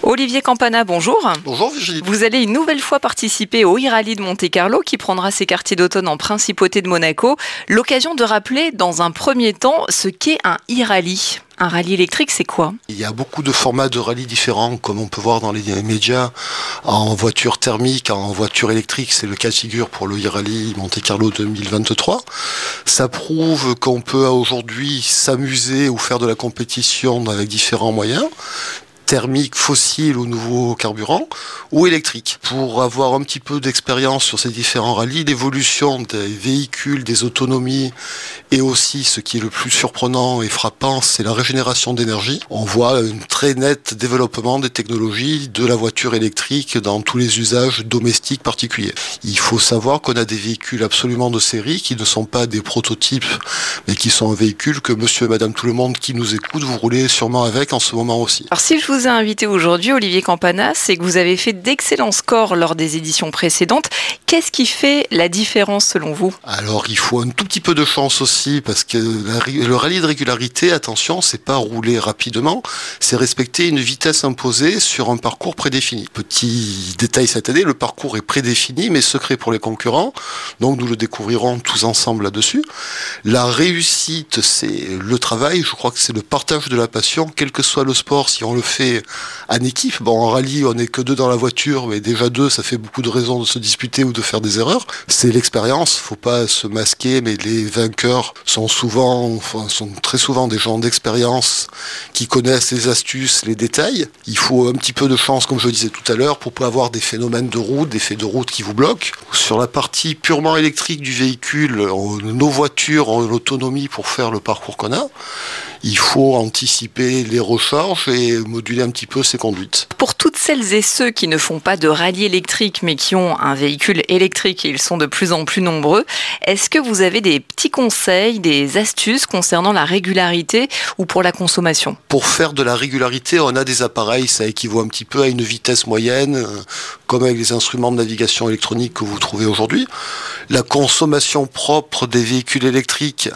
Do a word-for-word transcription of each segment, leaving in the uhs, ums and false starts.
Olivier Campana, bonjour. Bonjour Virginie. Vous allez une nouvelle fois participer au e-rallye de Monte-Carlo qui prendra ses quartiers d'automne en Principauté de Monaco. L'occasion de rappeler dans un premier temps ce qu'est un e-rallye. Un rallye électrique, c'est quoi? Il y a beaucoup de formats de rallye différents, comme on peut voir dans les médias, en voiture thermique, en voiture électrique. C'est le cas de figure pour le e-rallye Monte-Carlo deux mille vingt-trois. Ça prouve qu'on peut aujourd'hui s'amuser ou faire de la compétition avec différents moyens, thermique, fossile ou nouveau carburant, ou électrique. Pour avoir un petit peu d'expérience sur ces différents rallyes, l'évolution des véhicules, des autonomies, et aussi ce qui est le plus surprenant et frappant, c'est la régénération d'énergie. On voit un très net développement des technologies de la voiture électrique dans tous les usages domestiques particuliers. Il faut savoir qu'on a des véhicules absolument de série qui ne sont pas des prototypes, mais qui sont un véhicule que monsieur et madame tout le monde qui nous écoute, vous roulez sûrement avec en ce moment aussi. Alors si je vous ai invité aujourd'hui, Olivier Campana, c'est que vous avez fait d'excellents scores lors des éditions précédentes. Qu'est-ce qui fait la différence selon vous? Alors il faut un tout petit peu de chance aussi, parce que la, le rallye de régularité, attention, c'est pas rouler rapidement, c'est respecter une vitesse imposée sur un parcours prédéfini. Petit détail cette année, le parcours est prédéfini, mais secret pour les concurrents, donc nous le découvrirons tous ensemble là-dessus. La réussite, c'est le travail, je crois que c'est le partage de la passion, quel que soit le sport, si on le fait en équipe. Bon, en rallye, on n'est que deux dans la voiture, mais déjà deux, ça fait beaucoup de raisons de se disputer ou de faire des erreurs. C'est l'expérience, faut pas se masquer, mais les vainqueurs sont souvent, enfin, sont très souvent des gens d'expérience qui connaissent les astuces, les détails. Il faut un petit peu de chance, comme je le disais tout à l'heure, pour pas avoir des phénomènes de route, des faits de route qui vous bloquent. Sur la partie purement électrique du véhicule, on, nos voitures ont l'autonomie pour faire le parcours qu'on a. Il faut anticiper les recharges et moduler un petit peu ses conduites. Pour toutes celles et ceux qui ne font pas de rallye électrique mais qui ont un véhicule électrique, et ils sont de plus en plus nombreux, est-ce que vous avez des petits conseils, des astuces concernant la régularité ou pour la consommation? Pour faire de la régularité, on a des appareils, ça équivaut un petit peu à une vitesse moyenne, comme avec les instruments de navigation électronique que vous trouvez aujourd'hui. La consommation propre des véhicules électriques,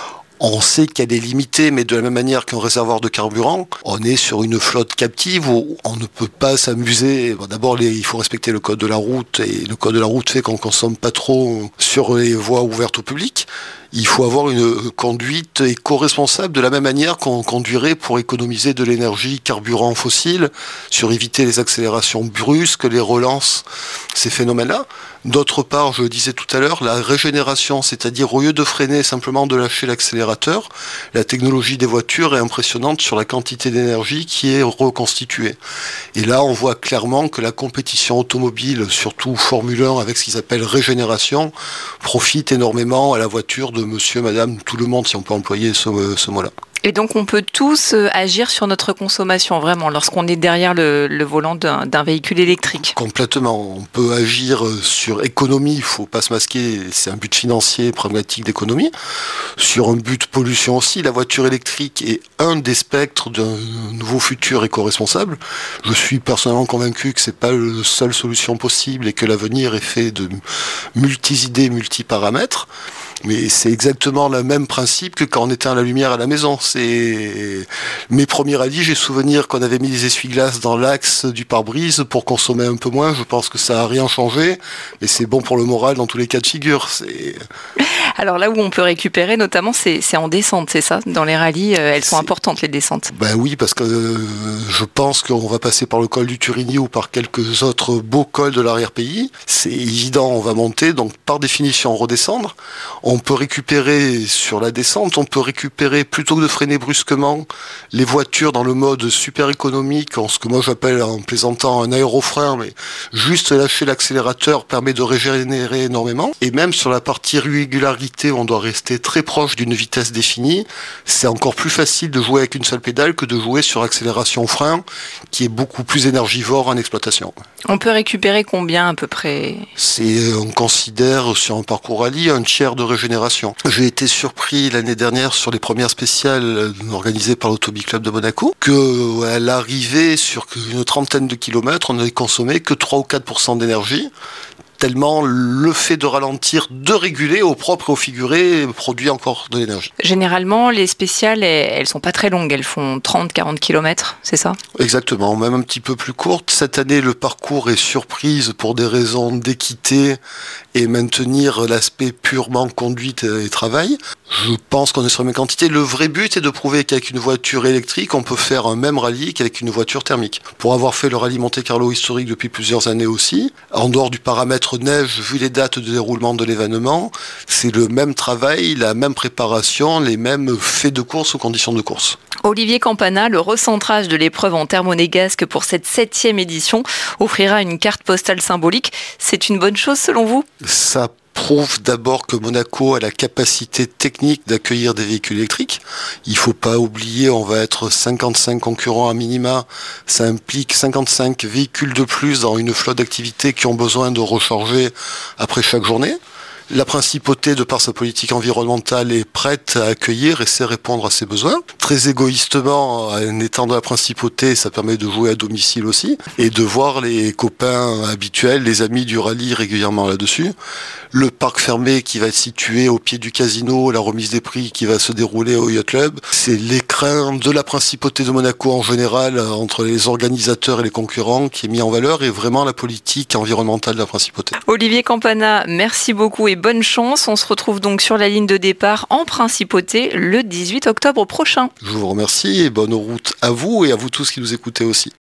on sait qu'elle est limitée, mais de la même manière qu'un réservoir de carburant, on est sur une flotte captive où on ne peut pas s'amuser. Bon, d'abord, les, il faut respecter le code de la route, et le code de la route fait qu'on ne consomme pas trop sur les voies ouvertes au public. Il faut avoir une conduite éco-responsable de la même manière qu'on conduirait pour économiser de l'énergie carburant fossile, sur éviter les accélérations brusques, les relances, ces phénomènes-là. D'autre part, je le disais tout à l'heure, la régénération, c'est-à-dire au lieu de freiner, simplement de lâcher l'accélérateur, la technologie des voitures est impressionnante sur la quantité d'énergie qui est reconstituée. Et là, on voit clairement que la compétition automobile, surtout Formule un avec ce qu'ils appellent régénération, profite énormément à la voiture de monsieur, madame, tout le monde, si on peut employer ce, ce mot-là. Et donc on peut tous agir sur notre consommation, vraiment, lorsqu'on est derrière le, le volant d'un, d'un véhicule électrique. Complètement. On peut agir sur économie, il ne faut pas se masquer, c'est un but financier, pragmatique d'économie. Sur un but pollution aussi, la voiture électrique est un des spectres d'un nouveau futur éco-responsable. Je suis personnellement convaincu que ce n'est pas la seule solution possible et que l'avenir est fait de multi-idées, multi-paramètres. Mais c'est exactement le même principe que quand on éteint la lumière à la maison. C'est mes premiers rallyes, j'ai souvenir qu'on avait mis des essuie-glaces dans l'axe du pare-brise pour consommer un peu moins. Je pense que ça n'a rien changé, mais c'est bon pour le moral dans tous les cas de figure. C'est... Alors là où on peut récupérer, notamment, c'est, c'est en descente, c'est ça? Dans les rallyes, euh, elles sont c'est... importantes, les descentes. Ben oui, parce que euh, je pense qu'on va passer par le col du Turini ou par quelques autres beaux cols de l'arrière-pays. C'est évident, on va monter, donc par définition redescendre. On peut récupérer sur la descente, on peut récupérer, plutôt que de freiner brusquement, les voitures dans le mode super économique, en ce que moi j'appelle en plaisantant un aérofrein, mais juste lâcher l'accélérateur permet de régénérer énormément. Et même sur la partie régularité, on doit rester très proche d'une vitesse définie. C'est encore plus facile de jouer avec une seule pédale que de jouer sur accélération frein, qui est beaucoup plus énergivore en exploitation. On peut récupérer combien à peu près? C'est, on considère sur un parcours rallye un tiers de régénération. J'ai été surpris l'année dernière sur les premières spéciales organisées par l'Automobile Club de Monaco, qu'à l'arrivée sur une trentaine de kilomètres, on n'avait consommé que trois ou quatre pour cent d'énergie, tellement le fait de ralentir, de réguler au propre et au figuré produit encore de l'énergie. Généralement, les spéciales, elles sont pas très longues, elles font trente à quarante kilomètres, c'est ça? Exactement, même un petit peu plus courte. Cette année, le parcours est surprise pour des raisons d'équité et maintenir l'aspect purement conduite et travail. Je pense qu'on est sur la même quantité. Le vrai but est de prouver qu'avec une voiture électrique, on peut faire un même rallye qu'avec une voiture thermique. Pour avoir fait le rallye Monte-Carlo historique depuis plusieurs années aussi, en dehors du paramètre neige, vu les dates de déroulement de l'événement, c'est le même travail, la même préparation, les mêmes faits de course ou conditions de course. Olivier Campana, le recentrage de l'épreuve en terre monégasque pour cette septième édition offrira une carte postale symbolique. C'est une bonne chose selon vous? Ça prouve d'abord que Monaco a la capacité technique d'accueillir des véhicules électriques. Il ne faut pas oublier, on va être cinquante-cinq concurrents à minima. Ça implique cinquante-cinq véhicules de plus dans une flotte d'activités qui ont besoin de recharger après chaque journée. La principauté, de par sa politique environnementale, est prête à accueillir et sait répondre à ses besoins. Très égoïstement, en étant de la principauté, ça permet de jouer à domicile aussi et de voir les copains habituels, les amis du rallye régulièrement là-dessus. Le parc fermé qui va être situé au pied du casino, la remise des prix qui va se dérouler au Yacht Club, c'est l'écrin de la principauté de Monaco en général entre les organisateurs et les concurrents qui est mis en valeur et vraiment la politique environnementale de la principauté. Olivier Campana, merci beaucoup et bonne chance. On se retrouve donc sur la ligne de départ en principauté le dix-huit octobre prochain. Je vous remercie et bonne route à vous et à vous tous qui nous écoutez aussi.